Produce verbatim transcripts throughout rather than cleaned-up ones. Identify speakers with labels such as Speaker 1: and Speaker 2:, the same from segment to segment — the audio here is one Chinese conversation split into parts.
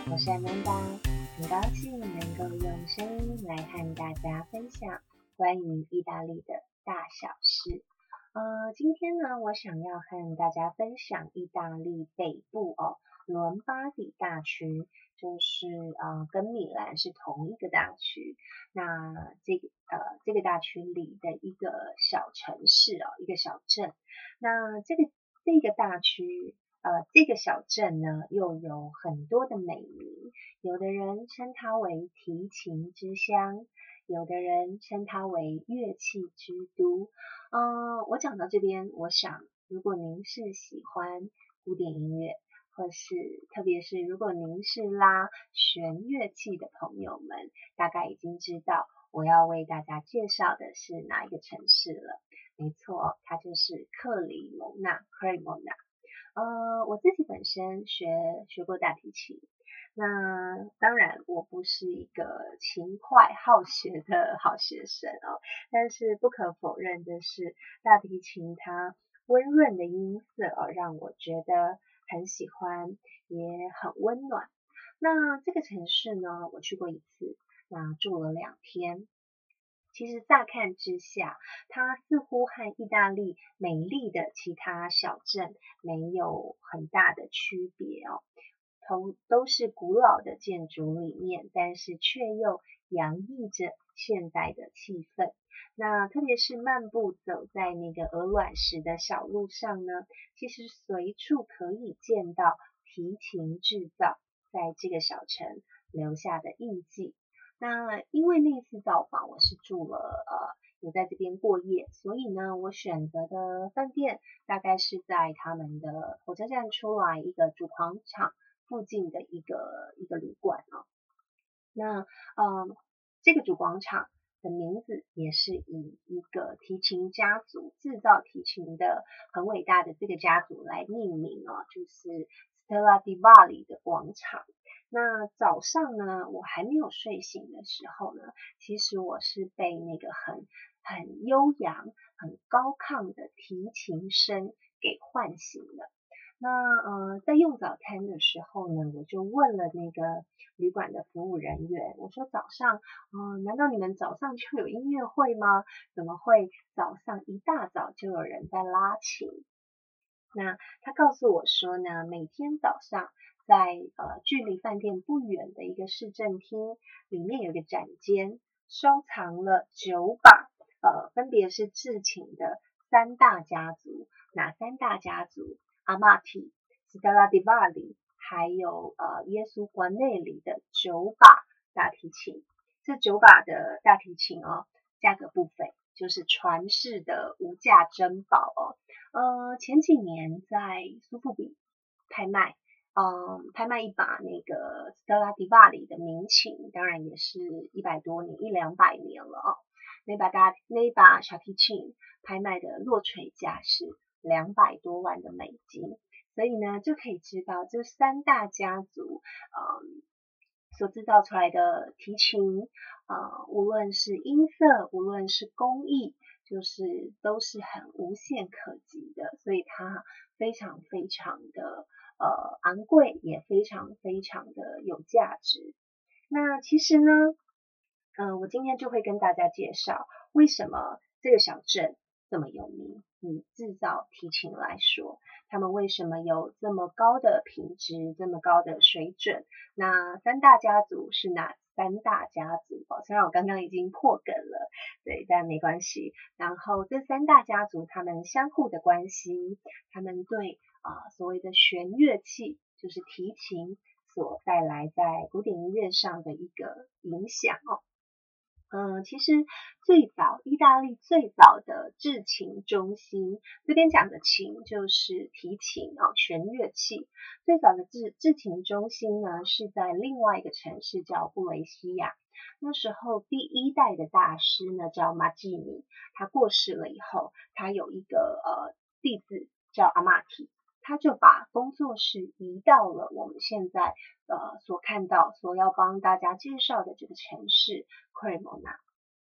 Speaker 1: 我是 Amanda，很高兴能够用声音来和大家分享关于意大利的大小事。呃，今天呢，我想要和大家分享意大利北部哦，伦巴第大区，就是呃跟米兰是同一个大区。那这个呃这个大区里的一个小城市哦，一个小镇。那这个这个大区。呃，这个小镇呢，又有很多的美名，有的人称它为提琴之乡，有的人称它为乐器之都。嗯、呃，我讲到这边，我想，如果您是喜欢古典音乐，或是特别是如果您是拉弦乐器的朋友们，大概已经知道我要为大家介绍的是哪一个城市了。没错，它就是克里蒙纳 （Cremona）。呃，我自己本身学学过大提琴，那当然我不是一个勤快好学的好学生哦，但是不可否认的是，大提琴它温润的音色哦，让我觉得很喜欢，也很温暖。那这个城市呢，我去过一次，那住了两天。其实乍看之下，它似乎和意大利美丽的其他小镇没有很大的区别哦，同都是古老的建筑里面，但是却又洋溢着现代的气氛。那特别是漫步走在那个鹅卵石的小路上呢，其实随处可以见到提琴制造在这个小城留下的印记。那因为那次造访我是住了呃有在这边过夜，所以呢我选择的饭店大概是在他们的火车站出来一个主广场附近的一个一个旅馆哦。那嗯这个主广场的名字也是以一个提琴家族制造提琴的很伟大的这个家族来命名哦，就是 Stradivari 的广场。那早上呢，我还没有睡醒的时候呢，其实我是被那个很很悠扬、很高亢的提琴声给唤醒了。那呃，在用早餐的时候呢，我就问了那个旅馆的服务人员，我说早上，嗯、呃，难道你们早上就有音乐会吗？怎么会早上一大早就有人在拉琴？那他告诉我说呢，每天早上在呃距离饭店不远的一个市政厅里面有一个展间，收藏了九把呃分别是制琴的三大家族，哪三大家族？阿玛提、斯特拉迪瓦里，还有呃耶稣关内里的九把大提琴。这九把的大提琴哦，价格不菲，就是传世的无价珍宝哦。呃，前几年在苏富比拍卖，嗯，拍卖一把那个斯特拉迪瓦里的名琴，当然也是一百多年，一两百年了哦。那把大那把小提琴拍卖的落锤价是两百多万的美金，所以呢，就可以知道这三大家族，嗯，所制造出来的提琴，呃，无论是音色，无论是工艺，就是都是很无限可及的，所以它非常非常的呃昂贵，也非常非常的有价值。那其实呢，嗯、呃，我今天就会跟大家介绍为什么这个小镇这么有名。以制造提琴来说，他们为什么有这么高的品质，这么高的水准？那三大家族是哪三大家族？哦，虽然我刚刚已经破梗了，对，但没关系。然后这三大家族他们相互的关系，他们对啊、呃、所谓的弦乐器，就是提琴所带来在古典音乐上的一个影响哦。嗯，其实最早意大利最早的制琴中心，这边讲的琴就是提琴啊，弦乐器。最早的制制琴中心呢是在另外一个城市叫布雷西亚。那时候第一代的大师呢叫马基尼，他过世了以后，他有一个呃弟子叫阿玛提。他就把工作室移到了我们现在呃所看到、所要帮大家介绍的这个城市 Cremona。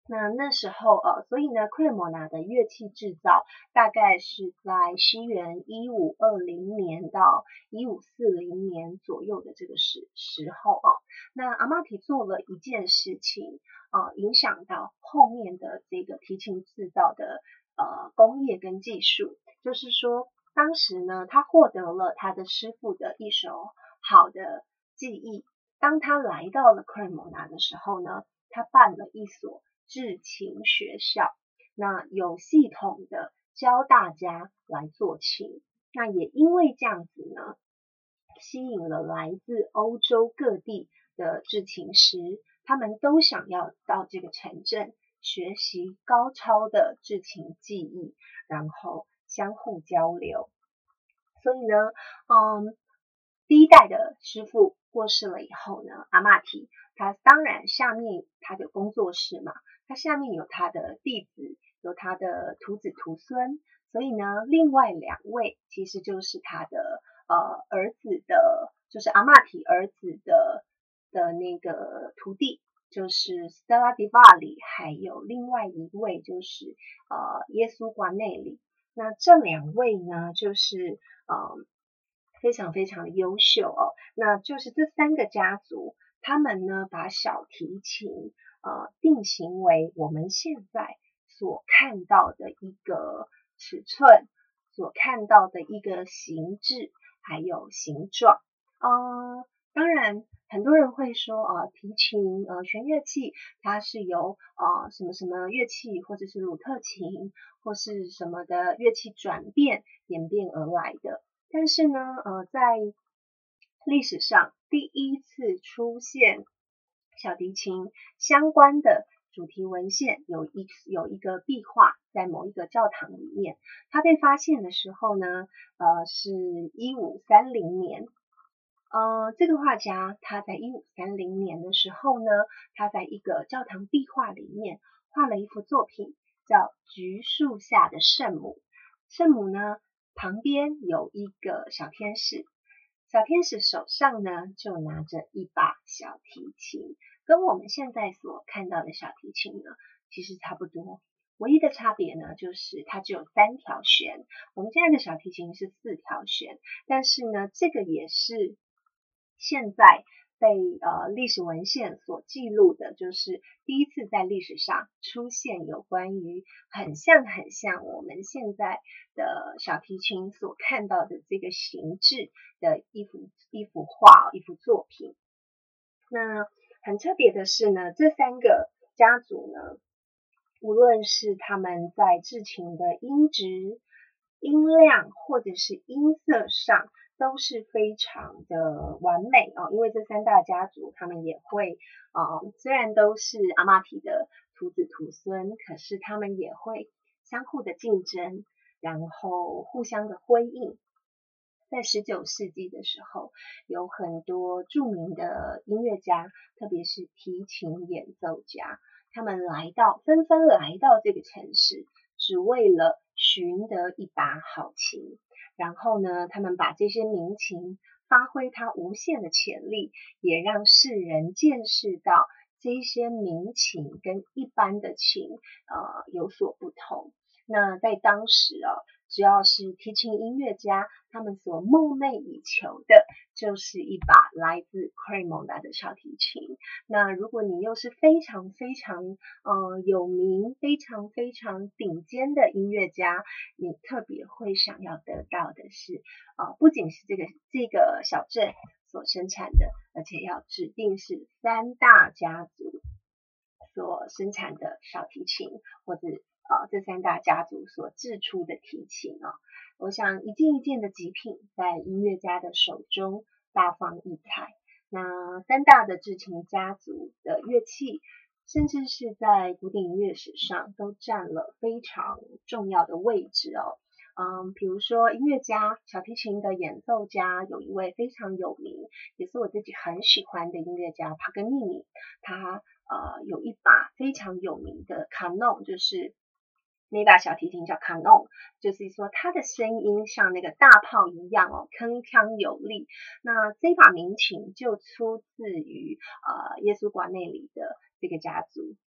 Speaker 1: 那那时候呃，所以呢，克雷摩纳的乐器制造大概是在西元一五二零年到一五四零年左右的这个时时候啊。那阿玛提做了一件事情，呃，影响到后面的这个提琴制造的呃工业跟技术，就是说，当时呢，他获得了他的师傅的一手好的技艺。当他来到了克雷摩纳的时候呢，他办了一所制琴学校，那有系统的教大家来做琴。那也因为这样子呢，吸引了来自欧洲各地的制琴师，他们都想要到这个城镇学习高超的制琴技艺，然后相互交流。所以呢，嗯，第一代的师傅过世了以后呢，阿玛提他当然下面他的工作室嘛，他下面有他的弟子，有他的徒子徒孙，所以呢，另外两位其实就是他的呃儿子的，就是阿玛提儿子的的那个徒弟，就是 Stella Divalli， 还有另外一位就是呃耶稣瓜内里。那这两位呢，就是呃非常非常的优秀哦。那就是这三个家族，他们呢把小提琴呃定型为我们现在所看到的一个尺寸，所看到的一个形制，还有形状。嗯，当然，很多人会说啊、呃，提琴呃弦乐器它是由呃什么什么乐器，或者是鲁特琴，或是什么的乐器转变演变而来的。但是呢，呃，在历史上第一次出现小提琴相关的主题文献有一有一个壁画在某一个教堂里面，它被发现的时候呢，呃，是一五三零年。呃，这个画家他在一五三零年的时候呢，他在一个教堂壁画里面画了一幅作品，叫《橘树下的圣母》。圣母呢，旁边有一个小天使，小天使手上呢就拿着一把小提琴，跟我们现在所看到的小提琴呢其实差不多。唯一的差别呢，就是它只有三条弦，我们现在的小提琴是四条弦，但是呢，这个也是现在被呃历史文献所记录的，就是第一次在历史上出现有关于很像很像我们现在的小提琴所看到的这个形制的一幅一幅画，一幅作品。那很特别的是呢，这三个家族呢，无论是他们在制琴的音质、音量或者是音色上，都是非常的完美哦。因为这三大家族，他们也会呃，虽然都是阿玛提的徒子徒孙，可是他们也会相互的竞争，然后互相的辉映。在十九世纪的时候，有很多著名的音乐家，特别是提琴演奏家，他们来到，纷纷来到这个城市，只为了寻得一把好琴。然后呢，他们把这些名琴发挥它无限的潜力，也让世人见识到这些名琴跟一般的琴呃有所不同。那在当时啊，只要是提琴音乐家，他们所梦寐以求的就是一把来自 Cremona 的小提琴。那如果你又是非常非常呃有名、非常非常顶尖的音乐家，你特别会想要得到的是，呃，不仅是这个这个小镇所生产的，而且要指定是三大家族所生产的小提琴，或者呃这三大家族所制出的提琴啊。我想一件一件的极品在音乐家的手中大放异彩。那三大的制琴家族的乐器，甚至是在古典音乐史上都占了非常重要的位置哦。嗯，比如说音乐家，小提琴的演奏家有一位非常有名，也是我自己很喜欢的音乐家帕格尼尼，他呃有一把非常有名的卡农，就是那把小提琴叫卡农，就是说它的声音像那个大炮一样哦，铿锵有力。那这把名琴就出自于呃耶稣瓜内里的这个家族。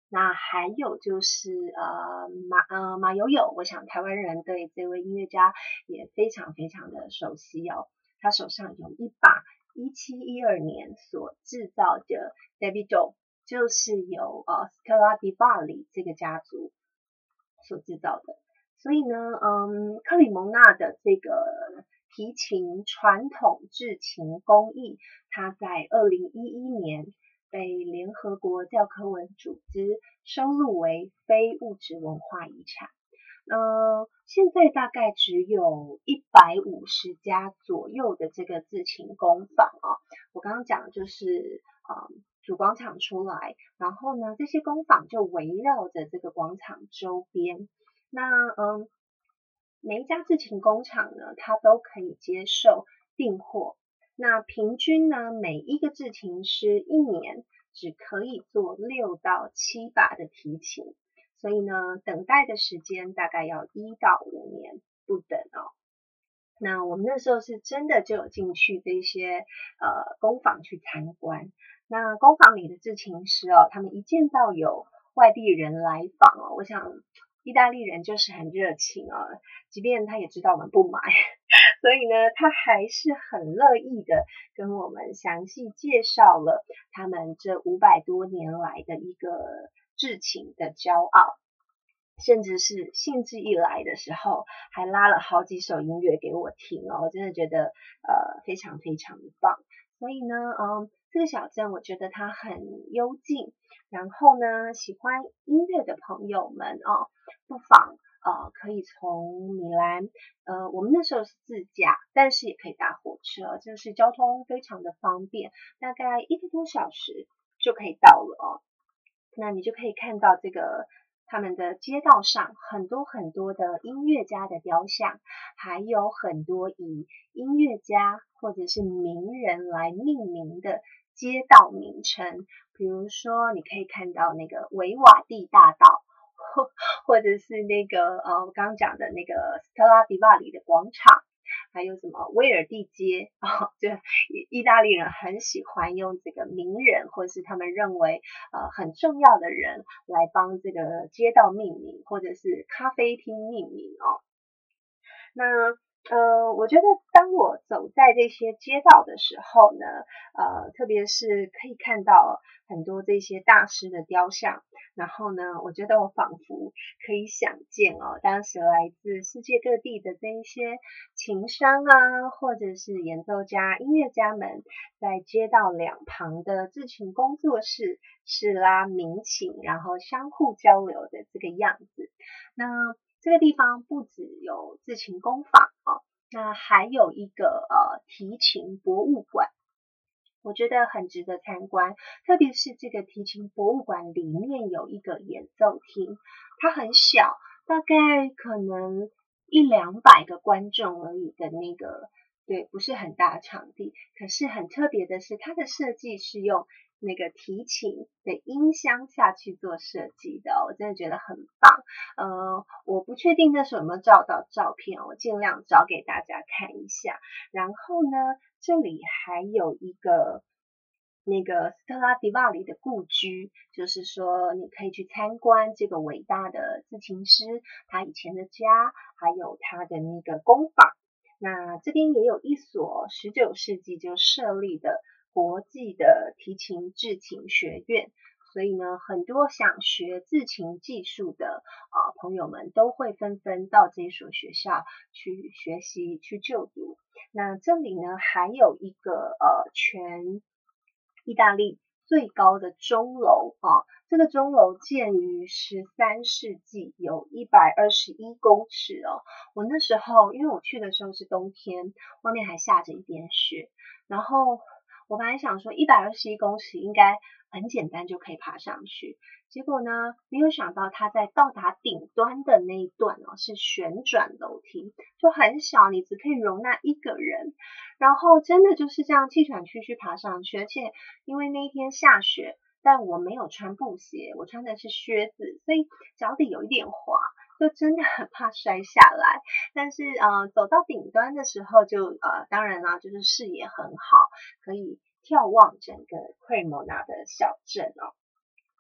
Speaker 1: 那还有就是呃马呃马友友，我想台湾人对这位音乐家也非常非常的熟悉哦。他手上有一把一七一二年所制造的 Davido， 就是由呃 Stradivari 这个家族所制造的。所以呢，嗯，克里蒙纳的这个提琴传统制琴工艺，它在二零一一年被联合国教科文组织收录为非物质文化遗产。呃，现在大概只有一百五十家左右的这个制琴工坊啊。我刚刚讲的就是呃主广场出来，然后呢，这些工坊就围绕着这个广场周边。那嗯，每一家制琴工厂呢，它都可以接受订货。那平均呢，每一个制琴师一年只可以做六到七把的提琴，所以呢，等待的时间大概要一到五年不等哦。那我们那时候是真的就有进去这些呃工坊去参观。那工坊里的制琴师哦，他们一见到有外地人来访哦，我想意大利人就是很热情哦，即便他也知道我们不买，所以呢，他还是很乐意的跟我们详细介绍了他们这五百多年来的一个制琴的骄傲。甚至是兴致一来的时候，还拉了好几首音乐给我听哦，我真的觉得呃非常非常的棒。所以呢，嗯，这个小镇我觉得它很幽静，然后呢，喜欢音乐的朋友们哦，不妨呃可以从米兰，呃我们那时候是自驾，但是也可以搭火车，就是交通非常的方便，大概一个多小时就可以到了哦。那你就可以看到这个他们的街道上很多很多的音乐家的雕像，还有很多以音乐家或者是名人来命名的街道名称，比如说你可以看到那个维瓦蒂大道，或或者是那个呃我刚刚讲的那个斯特拉迪瓦里的广场，还有什么威尔第街啊、哦，就意大利人很喜欢用这个名人或者是他们认为呃很重要的人来帮这个街道命名，或者是咖啡厅命名哦。那呃，我觉得当我走在这些街道的时候呢，呃，特别是可以看到很多这些大师的雕像，然后呢，我觉得我仿佛可以想见哦，当时来自世界各地的这一些琴商啊，或者是演奏家、音乐家们，在街道两旁的制琴工作室是拉民琴，然后相互交流的这个样子。那这个地方不只有制琴工坊哦，那还有一个呃提琴博物馆，我觉得很值得参观。特别是这个提琴博物馆里面有一个演奏厅，它很小，大概可能一两百个观众而已的那个，对，不是很大的场地。可是很特别的是，它的设计是用那个提琴的音箱下去做设计的、哦，我真的觉得很棒。呃，我不确定那时候有没有照到照片，我尽量找给大家看一下。然后呢，这里还有一个那个斯特拉迪瓦里的故居，就是说你可以去参观这个伟大的制琴师他以前的家，还有他的那个工坊。那这边也有一所十九世纪就设立的国际的提琴制琴学院，所以呢，很多想学制琴技术的呃朋友们都会纷纷到这所学校去学习、去就读。那这里呢，还有一个呃全意大利最高的钟楼啊，这个钟楼建于十三世纪，有一百二十一公尺哦。我那时候因为我去的时候是冬天，外面还下着一点雪，然后我本来想说一百二十一公尺应该很简单就可以爬上去，结果呢，没有想到它在到达顶端的那一段哦，是旋转楼梯，就很小，你只可以容纳一个人，然后真的就是这样气喘吁吁爬上去，而且因为那一天下雪，但我没有穿布鞋，我穿的是靴子，所以脚底有一点滑，就真的很怕摔下来。但是呃，走到顶端的时候就呃，当然啦，就是视野很好，可以眺望整个 Cremona 的小镇哦。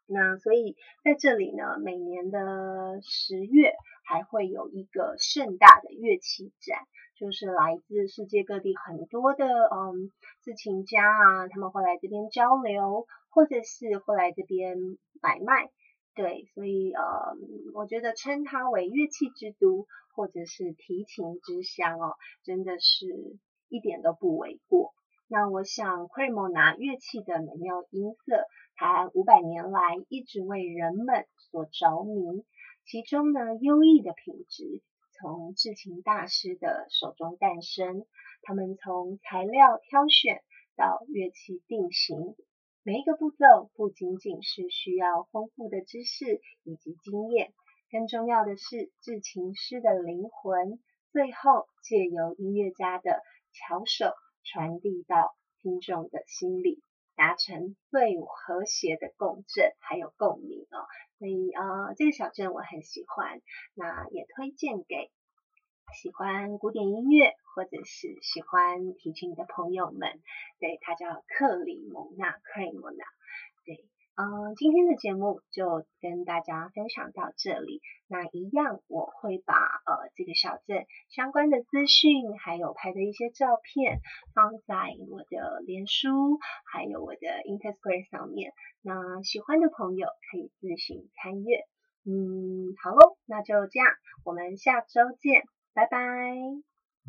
Speaker 1: 那所以在这里呢，每年的十月还会有一个盛大的乐器展，就是来自世界各地很多的嗯制琴家啊，他们会来这边交流，或者是会来这边买卖。对，所以呃，我觉得称它为乐器之都，或者是提琴之乡哦，真的是一点都不为过。那我想 Cremona 乐器的美妙音色，它五百年来一直为人们所着迷，其中呢，优异的品质从制琴大师的手中诞生，他们从材料挑选到乐器定型，每一个步骤不仅仅是需要丰富的知识以及经验，更重要的是制琴师的灵魂，最后借由音乐家的巧手传递到听众的心里，达成最和谐的共振还有共鸣哦。所以呃，这个小镇我很喜欢，那也推荐给喜欢古典音乐或者是喜欢提琴的朋友们。对，它叫克里蒙纳 Cremona。对，嗯，今天的节目就跟大家分享到这里。那一样，我会把呃这个小镇相关的资讯，还有拍的一些照片，放在我的脸书，还有我的 Instagram 上面。那喜欢的朋友可以自行参阅。嗯，好喽，那就这样，我们下周见，拜拜。